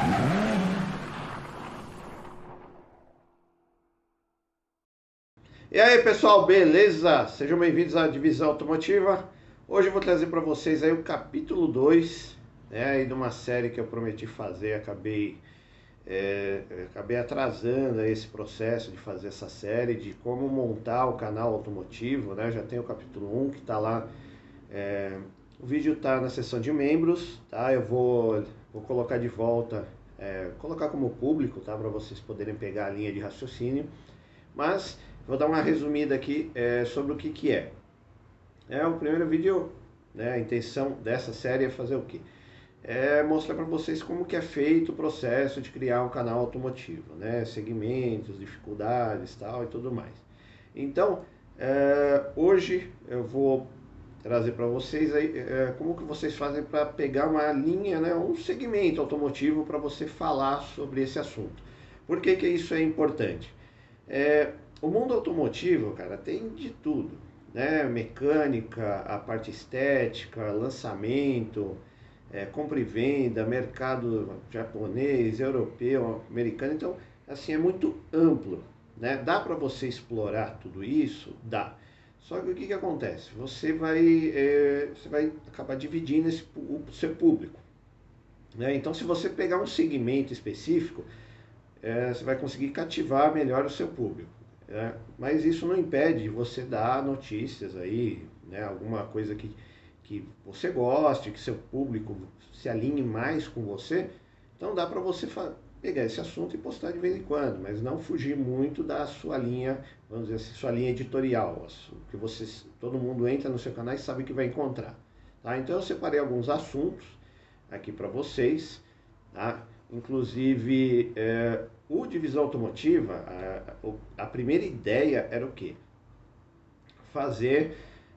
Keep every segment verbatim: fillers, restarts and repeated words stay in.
E aí pessoal, beleza? Sejam bem-vindos à Divisão Automotiva. Hoje eu vou trazer para vocês aí o capítulo dois, né, aí de uma série que eu prometi fazer, acabei, é, acabei atrasando esse processo de fazer essa série, de como montar o canal automotivo, né? Já tem o capítulo um que está lá, é, o vídeo está na seção de membros, tá? Eu vou, vou colocar de volta, é, colocar como público, tá? Para vocês poderem pegar a linha de raciocínio, mas vou dar uma resumida aqui é, sobre o que, que é. É o primeiro vídeo, né, a intenção dessa série é fazer o quê? É mostrar para vocês como que é feito o processo de criar um canal automotivo, né? Segmentos, dificuldades, tal e tudo mais. Então, é, hoje eu vou trazer para vocês aí é, como que vocês fazem para pegar uma linha, né, um segmento automotivo para você falar sobre esse assunto. Por que que isso é importante? É, o mundo automotivo, cara, tem de tudo, né? Mecânica, a parte estética, lançamento, é, compra e venda, mercado japonês, europeu, americano. Então, assim, é muito amplo, né? Dá para você explorar tudo isso? Dá. Só que o que que acontece? Você vai, é, você vai acabar dividindo esse, o seu público, né? Então, se você pegar um segmento específico, é, você vai conseguir cativar melhor o seu público, né? Mas isso não impede de você dar notícias aí, né? Alguma coisa que, que você goste, que seu público se alinhe mais com você. Então dá para você pegar esse assunto e postar de vez em quando, mas não fugir muito da sua linha, vamos dizer assim, sua linha editorial, que você, todo mundo entra no seu canal e sabe que vai encontrar, tá? Então eu separei alguns assuntos aqui para vocês, tá? Inclusive, é, o Divisão Automotiva, a, a primeira ideia era o quê? Fazer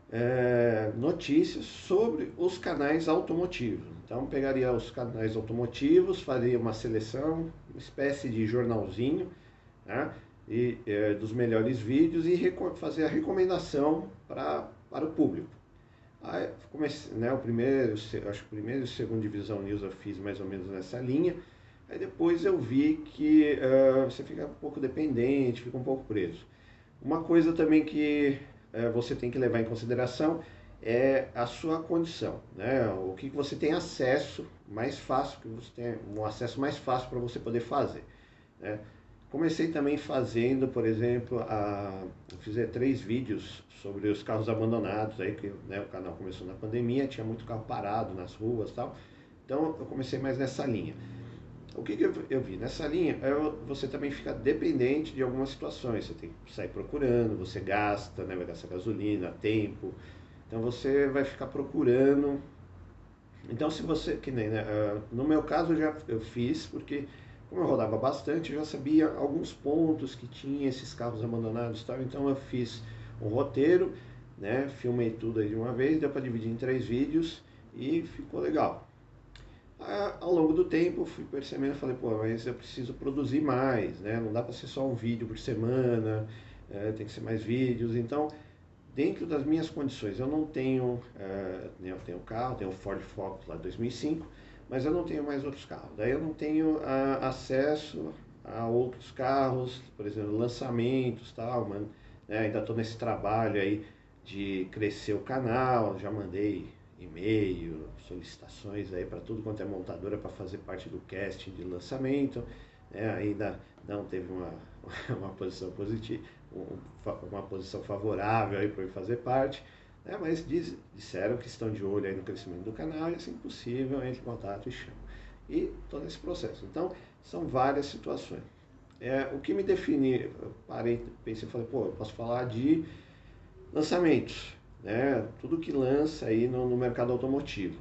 é, notícias sobre os canais automotivos. Então, pegaria os canais automotivos, faria uma seleção, uma espécie de jornalzinho, né, e, é, dos melhores vídeos e fazer a recomendação pra, para o público. Aí, comecei, né, o primeiro, acho que o primeiro e o segundo Divisão News eu fiz mais ou menos nessa linha. Aí depois eu vi que uh, você fica um pouco dependente, fica um pouco preso. Uma coisa também que uh, você tem que levar em consideração é a sua condição, né? O que você tem acesso mais fácil, que você tem um acesso mais fácil para você poder fazer, né? Comecei também fazendo, por exemplo, a, eu fiz três vídeos sobre os carros abandonados, aí que, né, o canal começou na pandemia, tinha muito carro parado nas ruas e tal, então eu comecei mais nessa linha. O que, que eu, eu vi? Nessa linha, eu, você também fica dependente de algumas situações. Você tem que sair procurando, você gasta, né, vai gastar gasolina, tempo. Então você vai ficar procurando. Então se você, que nem, né, uh, no meu caso eu já eu fiz, porque como eu rodava bastante, eu já sabia alguns pontos que tinha esses carros abandonados e tal. Então eu fiz um roteiro, né, filmei tudo aí de uma vez, deu para dividir em três vídeos e ficou legal. Ao longo do tempo eu fui percebendo, falei, pô, mas eu preciso produzir mais, né? Não dá para ser só um vídeo por semana, é, tem que ser mais vídeos. Então, dentro das minhas condições, eu não tenho, é, eu tenho carro, tenho o Ford Focus lá de dois mil e cinco, mas eu não tenho mais outros carros. Daí eu não tenho a, acesso a outros carros, por exemplo, lançamentos, tal, mano, né? Ainda estou nesse trabalho aí de crescer o canal, já mandei e-mail, solicitações aí para tudo quanto é montadora para fazer parte do casting de lançamento, né? Ainda não teve uma, uma posição positiva, uma posição favorável aí para eu fazer parte, né? Mas diz, disseram que estão de olho aí no crescimento do canal e, assim possível, entre em contato e chama. E estou nesse processo. Então, são várias situações. É, o que me define, eu parei, pensei, falei, pô, eu posso falar de lançamentos, né? Tudo que lança aí no, no mercado automotivo.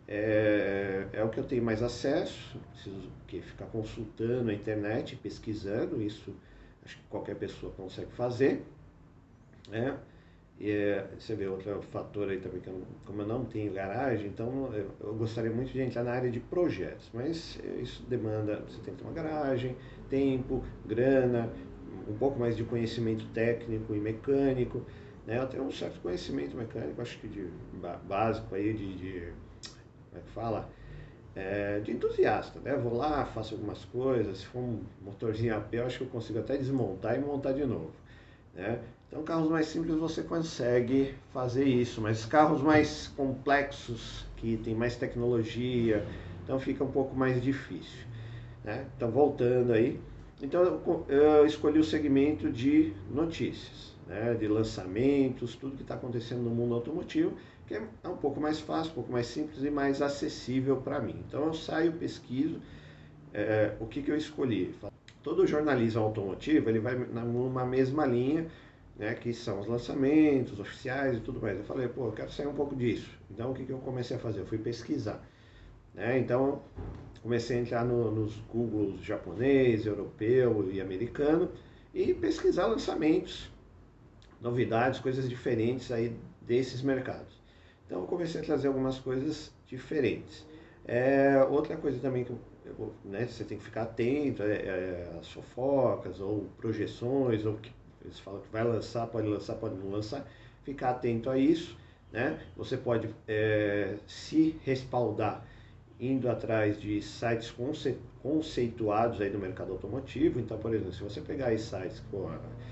É, é o que eu tenho mais acesso, preciso que, ficar consultando a internet, pesquisando, isso acho que qualquer pessoa consegue fazer, né? E é, você vê outro fator aí também, que eu, como eu não tenho garagem, então eu, eu gostaria muito de entrar na área de projetos, mas isso demanda, você tem que ter uma garagem, tempo, grana, um pouco mais de conhecimento técnico e mecânico, né? Eu tenho um certo conhecimento mecânico, acho que de básico aí, de, de como é que fala? é, de entusiasta, né? Vou lá, faço algumas coisas, se for um motorzinho a pé, eu acho que eu consigo até desmontar e montar de novo, né? Então, carros mais simples você consegue fazer isso, mas carros mais complexos, que tem mais tecnologia, então fica um pouco mais difícil, né? Então, voltando aí, então eu, eu escolhi o segmento de notícias, né? De lançamentos, tudo que está acontecendo no mundo automotivo, que é um pouco mais fácil, um pouco mais simples e mais acessível para mim. Então eu saio, pesquiso, é, o que, que eu escolhi. Todo jornalismo automotivo ele vai numa mesma linha, né, que são os lançamentos oficiais e tudo mais. Eu falei, pô, eu quero sair um pouco disso. Então o que, que eu comecei a fazer? Eu fui pesquisar, né? Então comecei a entrar no, nos Googles japonês, europeu e americano e pesquisar lançamentos, novidades, coisas diferentes aí desses mercados. Então eu comecei a trazer algumas coisas diferentes. É, outra coisa também que eu, né, você tem que ficar atento é, é as fofocas ou projeções, ou que eles falam que vai lançar, pode lançar, pode não lançar. Ficar atento a isso, né? Você pode é, se respaldar indo atrás de sites conce, conceituados aí do mercado automotivo. Então, por exemplo, se você pegar aí sites pô,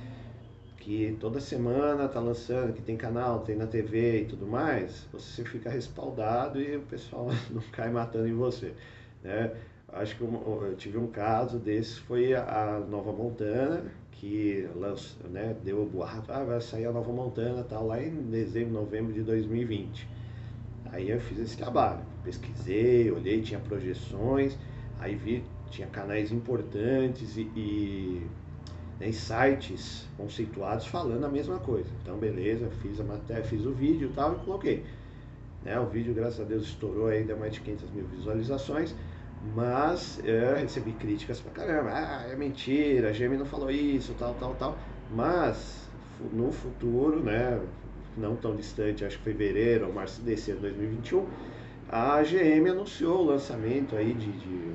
que toda semana tá lançando, que tem canal, tem na T V e tudo mais, você fica respaldado e o pessoal não cai matando em você, né? Acho que eu, eu tive um caso desse, foi a, a Nova Montana, que lançou, né, deu o boato, ah, vai sair a Nova Montana, tal, lá em dezembro, novembro de dois mil e vinte. Aí eu fiz esse trabalho, pesquisei, olhei, tinha projeções, aí vi, tinha canais importantes e, e né, sites conceituados falando a mesma coisa. Então, beleza, fiz a matéria, fiz o vídeo e tal e coloquei. Né, o vídeo, graças a Deus, estourou aí, deu mais de quinhentas mil visualizações, mas eu recebi críticas pra caramba. Ah, é mentira, a G M não falou isso, tal, tal, tal. Mas, no futuro, né, não tão distante, acho que fevereiro ou março desse ano, dois mil e vinte e um, a G M anunciou o lançamento aí de, de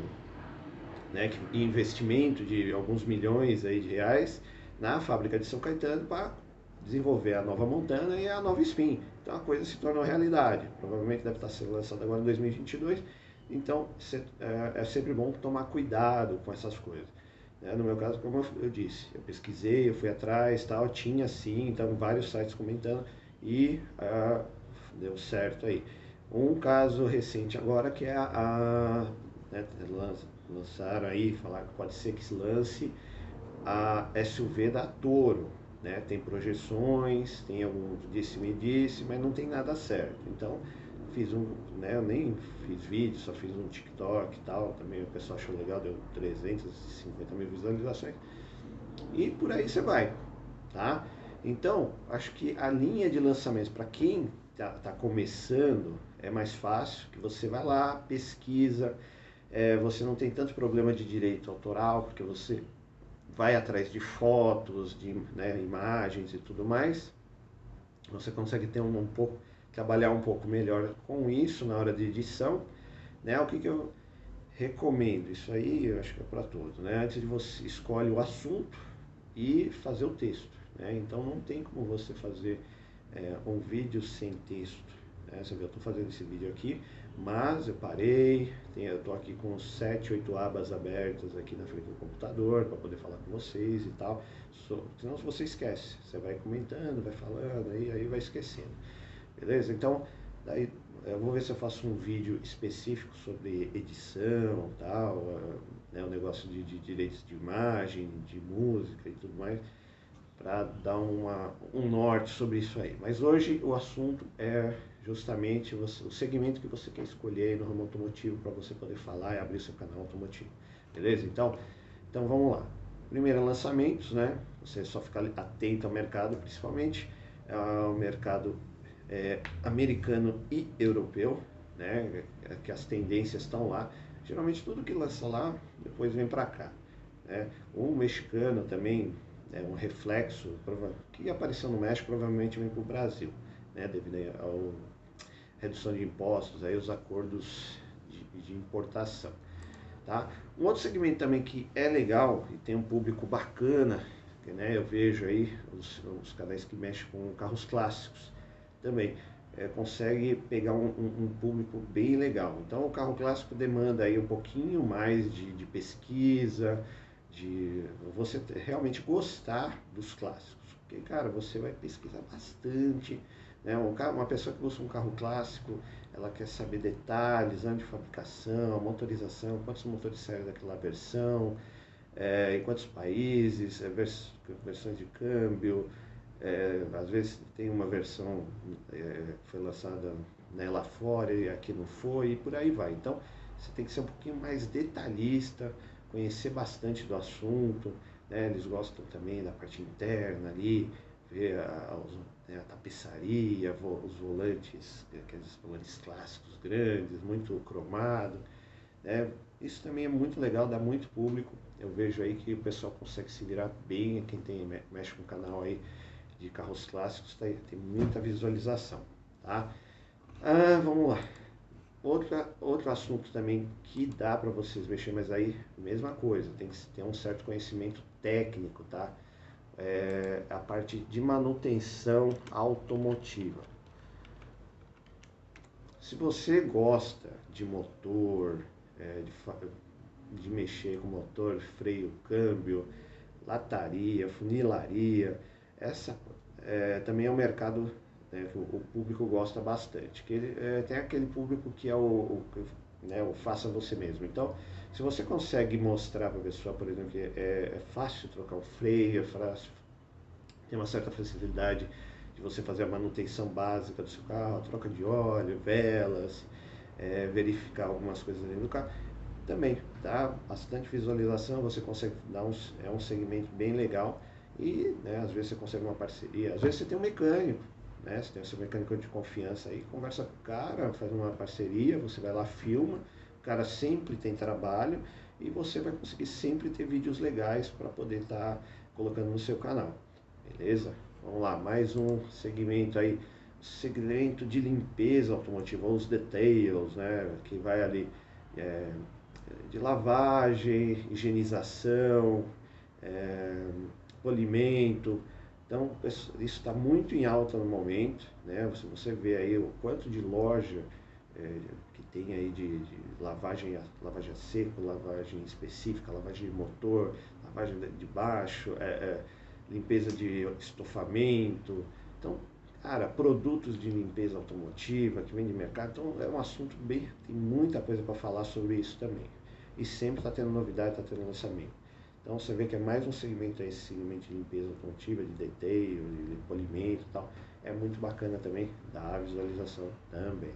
né, investimento de alguns milhões aí de reais na fábrica de São Caetano para desenvolver a nova Montana e a nova Spin. Então a coisa se tornou realidade. Provavelmente deve estar sendo lançada agora em dois mil e vinte e dois. Então é sempre bom tomar cuidado com essas coisas. No meu caso, como eu disse, eu pesquisei, eu fui atrás, tal, tinha sim, então vários sites comentando e ah, deu certo aí. Um caso recente agora que é a, a né, lançaram aí, falaram que pode ser que se lance a S U V da Toro, né? Tem projeções, tem alguns disse-me disse, mas não tem nada certo. Então fiz um, né? Eu nem fiz vídeo, só fiz um TikTok e tal, também o pessoal achou legal, deu trezentas e cinquenta mil visualizações. E por aí você vai, tá? Então, acho que a linha de lançamentos para quem está tá começando é mais fácil, que você vai lá, pesquisa, é, você não tem tanto problema de direito autoral, porque você vai atrás de fotos, de né, imagens e tudo mais. Você consegue ter um, um pouco, trabalhar um pouco melhor com isso na hora de edição, né? O que, que eu recomendo? Isso aí eu acho que é para todos, né? Antes de você escolhe o assunto e fazer o texto, né? Então não tem como você fazer é, um vídeo sem texto, né? Você vê, eu estou fazendo esse vídeo aqui, mas eu parei, tenho, eu estou aqui com sete, oito abas abertas aqui na frente do computador para poder falar com vocês e tal. So, senão você esquece, você vai comentando, vai falando, aí, aí vai esquecendo, beleza? Então, daí eu vou ver se eu faço um vídeo específico sobre edição e tal, né, o negócio de, de direitos de imagem, de música e tudo mais, para dar uma, um norte sobre isso aí. Mas hoje o assunto é justamente você, o segmento que você quer escolher no ramo automotivo para você poder falar e abrir seu canal automotivo, beleza? Então, então vamos lá. Primeiro, lançamentos, né? Você só ficar atento ao mercado, principalmente ao mercado é, americano e europeu, né? Que as tendências estão lá. Geralmente tudo que lança lá, depois vem para cá, né? O mexicano também é um reflexo que apareceu no México, provavelmente vem para o Brasil, né? Devido à redução de impostos, aí os acordos de, de importação. Tá? Um outro segmento também que é legal e tem um público bacana, que, né, eu vejo aí os, os canais que mexem com carros clássicos também. é, consegue pegar um, um, um público bem legal. Então o carro clássico demanda aí um pouquinho mais de, de pesquisa, de você realmente gostar dos clássicos. Porque, cara, você vai pesquisar bastante, né? Um carro, uma pessoa que busca um carro clássico, ela quer saber detalhes, ano de fabricação, motorização, quantos motores saíram daquela versão, é, em quantos países, é, vers, versões de câmbio, é, às vezes tem uma versão é, que foi lançada, né, lá fora e aqui não foi, e por aí vai. Então você tem que ser um pouquinho mais detalhista, conhecer bastante do assunto, né? Eles gostam também da parte interna ali, ver a, os, né, a tapeçaria, vo, os volantes, aqueles volantes clássicos grandes, muito cromado, né? Isso também é muito legal, dá muito público. Eu vejo aí que o pessoal consegue se virar bem, quem tem, mexe com o canal aí de carros clássicos, tá, tem muita visualização, tá? Ah, vamos lá. Outra, outro assunto também que dá para vocês mexer, mas aí, mesma coisa, tem que ter um certo conhecimento técnico, tá? É a parte de manutenção automotiva. Se você gosta de motor, é, de, de mexer com motor, freio, câmbio, lataria, funilaria, essa é, também é um mercado, né, que o, o público gosta bastante. Que ele, é, tem aquele público que é o, o, né, o faça você mesmo. Então, se você consegue mostrar para a pessoa, por exemplo, que é, é fácil trocar o freio, é fácil, tem uma certa facilidade de você fazer a manutenção básica do seu carro, troca de óleo, velas, é, verificar algumas coisas dentro do carro, também dá bastante visualização, você consegue dar um, é um segmento bem legal e, né, às vezes você consegue uma parceria, às vezes você tem um mecânico, né, você tem o seu mecânico de confiança aí, conversa com o cara, faz uma parceria, você vai lá, filma, o cara sempre tem trabalho e você vai conseguir sempre ter vídeos legais para poder estar tá colocando no seu canal, beleza? Vamos lá, mais um segmento aí, segmento de limpeza automotiva, os details, né, que vai ali, é, de lavagem, higienização, é, polimento. Então, isso está muito em alta no momento, né? Se você vê aí o quanto de loja é, que tem aí de, de lavagem, lavagem a seco, lavagem específica, lavagem de motor, lavagem de baixo, é, é, limpeza de estofamento. Então, cara, produtos de limpeza automotiva que vem de mercado, então é um assunto bem, tem muita coisa para falar sobre isso também. E sempre está tendo novidade, está tendo lançamento. Então você vê que é mais um segmento aí, esse segmento de limpeza automotiva, de detail, de polimento e tal. É muito bacana também, dá visualização também.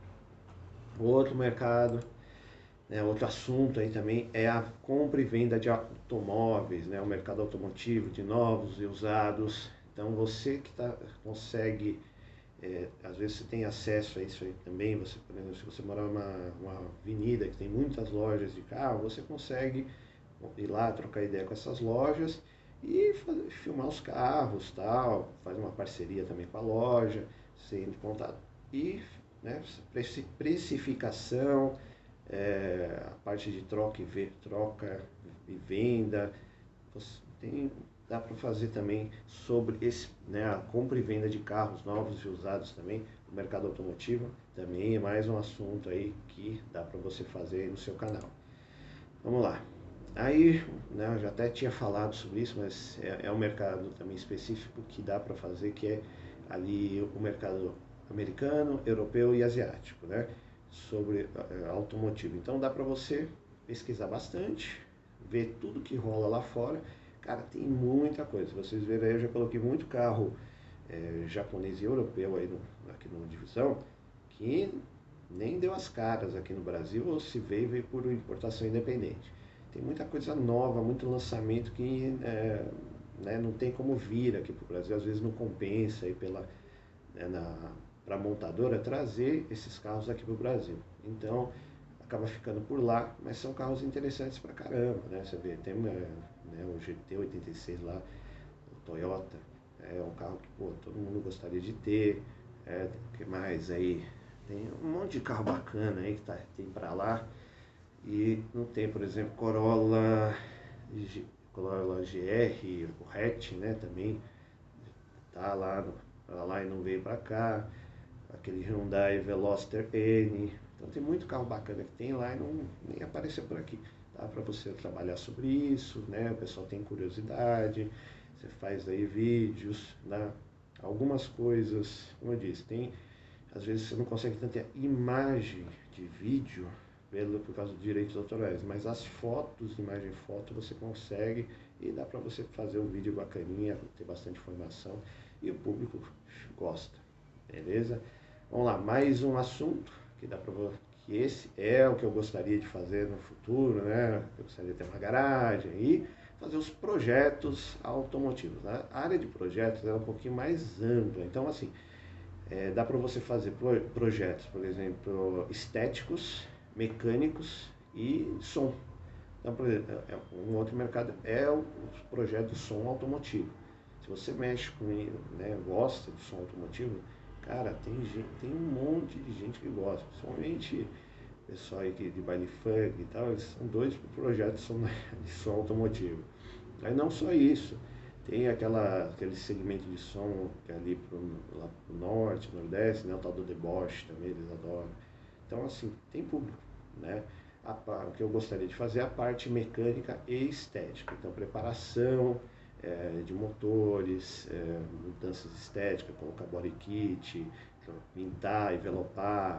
Outro mercado, né, outro assunto aí também é a compra e venda de automóveis, né, o mercado automotivo de novos e usados. Então você que tá, consegue, é, às vezes você tem acesso a isso aí também, você, por exemplo, se você morar numa uma avenida que tem muitas lojas de carro, você consegue ir lá trocar ideia com essas lojas e fazer, filmar os carros, tal, faz uma parceria também com a loja, você entra em contato e, né, precificação, é, a parte de troca e, ve, troca e venda, você tem, dá para fazer também sobre esse, né, a compra e venda de carros novos e usados também, no mercado automotivo, também é mais um assunto aí que dá para você fazer aí no seu canal. Vamos lá. Aí, né, eu já até tinha falado sobre isso, mas é, é um mercado também específico que dá para fazer, que é ali o mercado americano, europeu e asiático, né, sobre uh, automotivo. Então dá para você pesquisar bastante, ver tudo que rola lá fora. Cara, tem muita coisa. Vocês verem aí, eu já coloquei muito carro é, japonês e europeu aí no, aqui no Divisão, que nem deu as caras aqui no Brasil, ou se veio, veio por importação independente. Tem muita coisa nova, muito lançamento que é, né, não tem como vir aqui para o Brasil, às vezes não compensa aí pela, né, para a montadora trazer esses carros aqui para o Brasil. Então acaba ficando por lá, mas são carros interessantes pra caramba, né? Você vê, tem né, o G T oitenta e seis lá, o Toyota, é um carro que pô, todo mundo gostaria de ter. É, o que mais aí? Tem um monte de carro bacana aí que tá, tem pra lá. E não tem, por exemplo, Corolla, Corolla G R, o hatch, né, também tá lá, no, lá e não veio pra cá. aquele Hyundai Veloster N. Então tem muito carro bacana que tem lá e não nem apareceu por aqui. Dá para você trabalhar sobre isso, né? O pessoal tem curiosidade, você faz aí vídeos, né? Algumas coisas, como eu disse, tem, às vezes você não consegue tanta imagem de vídeo pelo, por causa dos direitos autorais, mas as fotos, imagem e foto você consegue e dá para você fazer um vídeo bacaninha, ter bastante informação e o público gosta, beleza? Vamos lá, mais um assunto que dá para que esse é o que eu gostaria de fazer no futuro, né? Eu gostaria de ter uma garagem e fazer os projetos automotivos. Né? A área de projetos é um pouquinho mais ampla, então assim, é, dá para você fazer pro, projetos, por exemplo, estéticos, mecânicos e som. Então, por exemplo, um outro mercado é o projeto de som automotivo. Se você mexe com, né, gosta de som automotivo, cara, tem, gente, tem um monte de gente que gosta, principalmente o pessoal aí de baile funk e tal, eles são dois projetos de som, de som automotivo. Aí não só isso, tem aquela, aquele segmento de som que é ali pro, lá pro norte, nordeste, né, o tal do deboche também, eles adoram. Então assim, tem público, né? A, o que eu gostaria de fazer é a parte mecânica e estética, então preparação é, de motores, é, mudanças estéticas, colocar body kit, pintar, envelopar,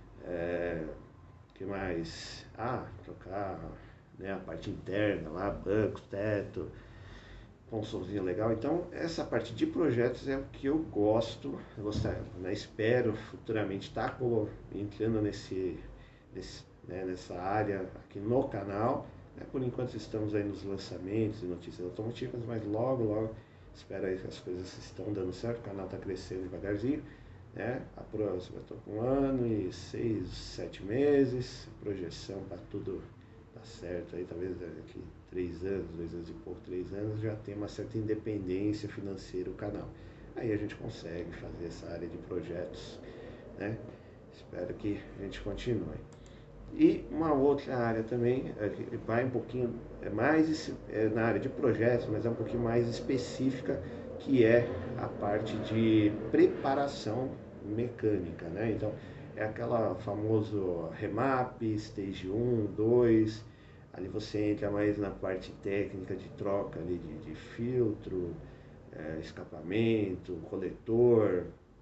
é, que mais? Ah, trocar, né, a parte interna lá, banco, teto, consolezinho legal. Então essa parte de projetos é o que eu gosto, eu gostaria, né, espero futuramente estar tá entrando nesse, nesse né, nessa área aqui no canal. Né? Por enquanto estamos aí nos lançamentos e notícias automotivas, mas logo, logo, espero aí que as coisas estão dando certo, o canal está crescendo devagarzinho. Né? A próxima, estou com um ano e seis, sete meses, projeção para tudo dar certo, aí talvez daqui três anos, dois anos e pouco, três anos, já tem uma certa independência financeira o canal. Aí a gente consegue fazer essa área de projetos, né? Espero que a gente continue. E uma outra área também, que vai um pouquinho é mais é na área de projetos, mas é um pouquinho mais específica, que é a parte de preparação mecânica, né? Então, é aquela famoso remap, stage um, dois, ali você entra mais na parte técnica de troca ali de, de filtro, é, escapamento, coletor,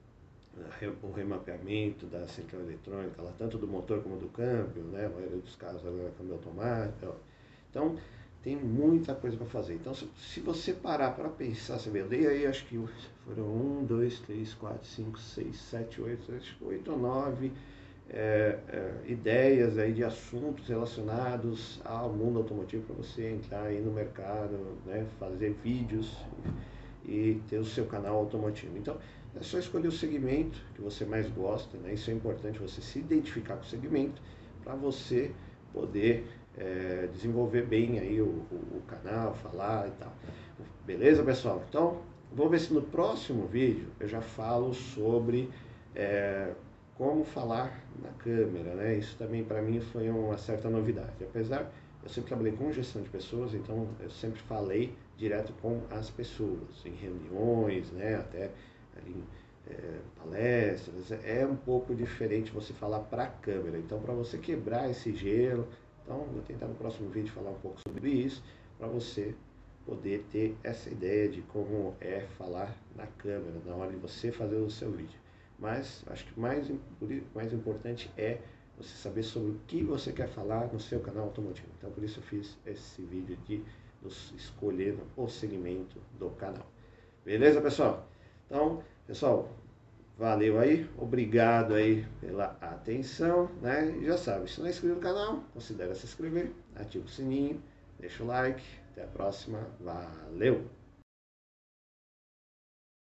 o remapeamento da central eletrônica, lá, tanto do motor como do câmbio, né? A maioria dos casos agora é câmbio automático. Então, tem muita coisa para fazer. Então, se, se você parar para pensar, você vê, eu dei aí, acho que foram um, dois, três, quatro, cinco, seis, sete, oito, oito ou nove é, é, ideias aí de assuntos relacionados ao mundo automotivo para você entrar aí no mercado, né? Fazer vídeos e, e ter o seu canal automotivo. Então, é só escolher o segmento que você mais gosta, né? Isso é importante, você se identificar com o segmento para você poder é, desenvolver bem aí o, o, o canal, falar e tal. Beleza, pessoal? Então, vou ver se no próximo vídeo eu já falo sobre é, como falar na câmera, né? Isso também para mim foi uma certa novidade. Apesar, eu sempre trabalhei com gestão de pessoas, então eu sempre falei direto com as pessoas, em reuniões, né? Até ali, é, palestras, é um pouco diferente você falar para a câmera. Então, para você quebrar esse gelo, então vou tentar no próximo vídeo falar um pouco sobre isso, para você poder ter essa ideia de como é falar na câmera, na hora de você fazer o seu vídeo. Mas acho que mais, mais importante é você saber sobre o que você quer falar no seu canal automotivo. Então, por isso eu fiz esse vídeo de escolher o segmento do canal. Beleza, pessoal? Então, pessoal, valeu aí, obrigado aí pela atenção, né? E já sabe, se não é inscrito no canal, considere se inscrever, ativa o sininho, deixa o like, até a próxima, valeu!